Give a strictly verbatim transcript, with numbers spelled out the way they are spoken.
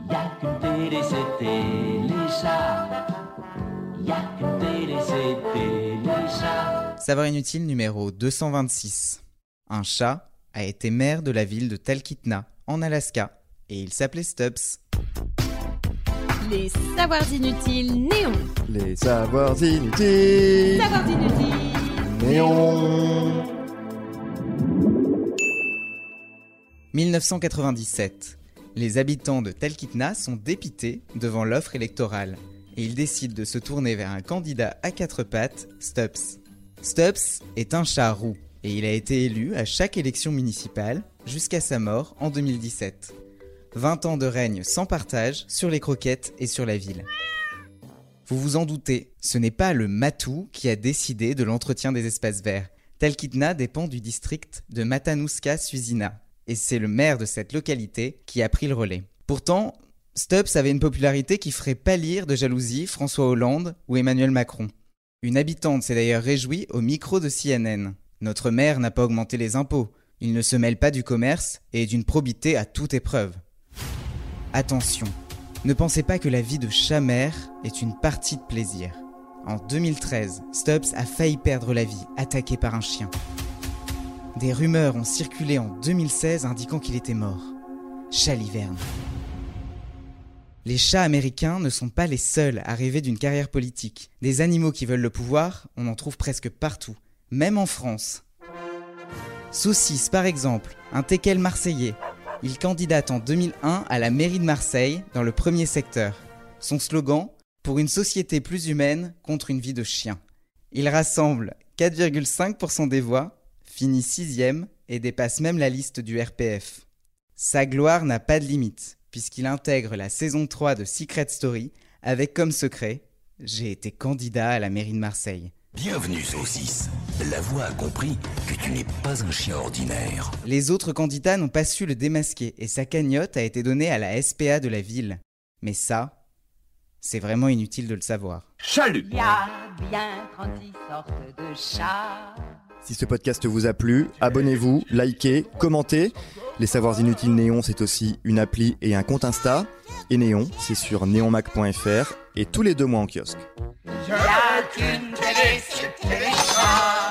Y'a qu'une télé, c'était les chats. Y'a qu'une télé, c'était les chats. Savoir inutile numéro deux cent vingt-six. Un chat a été maire de la ville de Talkeetna, en Alaska, et il s'appelait Stubbs. Les savoirs inutiles néons. Les savoirs inutiles. Savoirs inutiles néons. dix-neuf cent quatre-vingt-dix-sept. Les habitants de Talkeetna sont dépités devant l'offre électorale et ils décident de se tourner vers un candidat à quatre pattes, Stubbs. Stubbs est un chat roux et il a été élu à chaque élection municipale jusqu'à sa mort en deux mille dix-sept. vingt ans de règne sans partage sur les croquettes et sur la ville. Vous vous en doutez, ce n'est pas le matou qui a décidé de l'entretien des espaces verts. Talkeetna dépend du district de Matanuska-Susitna. Et c'est le maire de cette localité qui a pris le relais. Pourtant, Stubbs avait une popularité qui ferait pâlir de jalousie François Hollande ou Emmanuel Macron. Une habitante s'est d'ailleurs réjouie au micro de C N N. « Notre maire n'a pas augmenté les impôts. Il ne se mêle pas du commerce et est d'une probité à toute épreuve. » Attention, ne pensez pas que la vie de chat-mère est une partie de plaisir. En deux mille treize, Stubbs a failli perdre la vie, attaqué par un chien. Des rumeurs ont circulé en deux mille seize indiquant qu'il était mort. Chaliverne. Les chats américains ne sont pas les seuls à rêver d'une carrière politique. Des animaux qui veulent le pouvoir, on en trouve presque partout, même en France. Saucisse par exemple, un teckel marseillais. Il candidate en deux mille un à la mairie de Marseille, dans le premier secteur. Son slogan, pour une société plus humaine contre une vie de chien. Il rassemble quatre virgule cinq pour cent des voix, finit sixième et dépasse même la liste du R P F. Sa gloire n'a pas de limite, puisqu'il intègre la saison trois de Secret Story, avec comme secret « J'ai été candidat à la mairie de Marseille ». Bienvenue Saucisse, la voix a compris que tu n'es pas un chien ordinaire. Les autres candidats n'ont pas su le démasquer, et sa cagnotte a été donnée à la S P A de la ville. Mais ça, c'est vraiment inutile de le savoir. Chalut! Il y a bien trente-six sortes de chats. Si ce podcast vous a plu, abonnez-vous, likez, commentez. Les Savoirs Inutiles Néon, c'est aussi une appli et un compte Insta. Et Néon, c'est sur néonmac point f r et tous les deux mois en kiosque. Il y a qu'une télé, c'était les chats.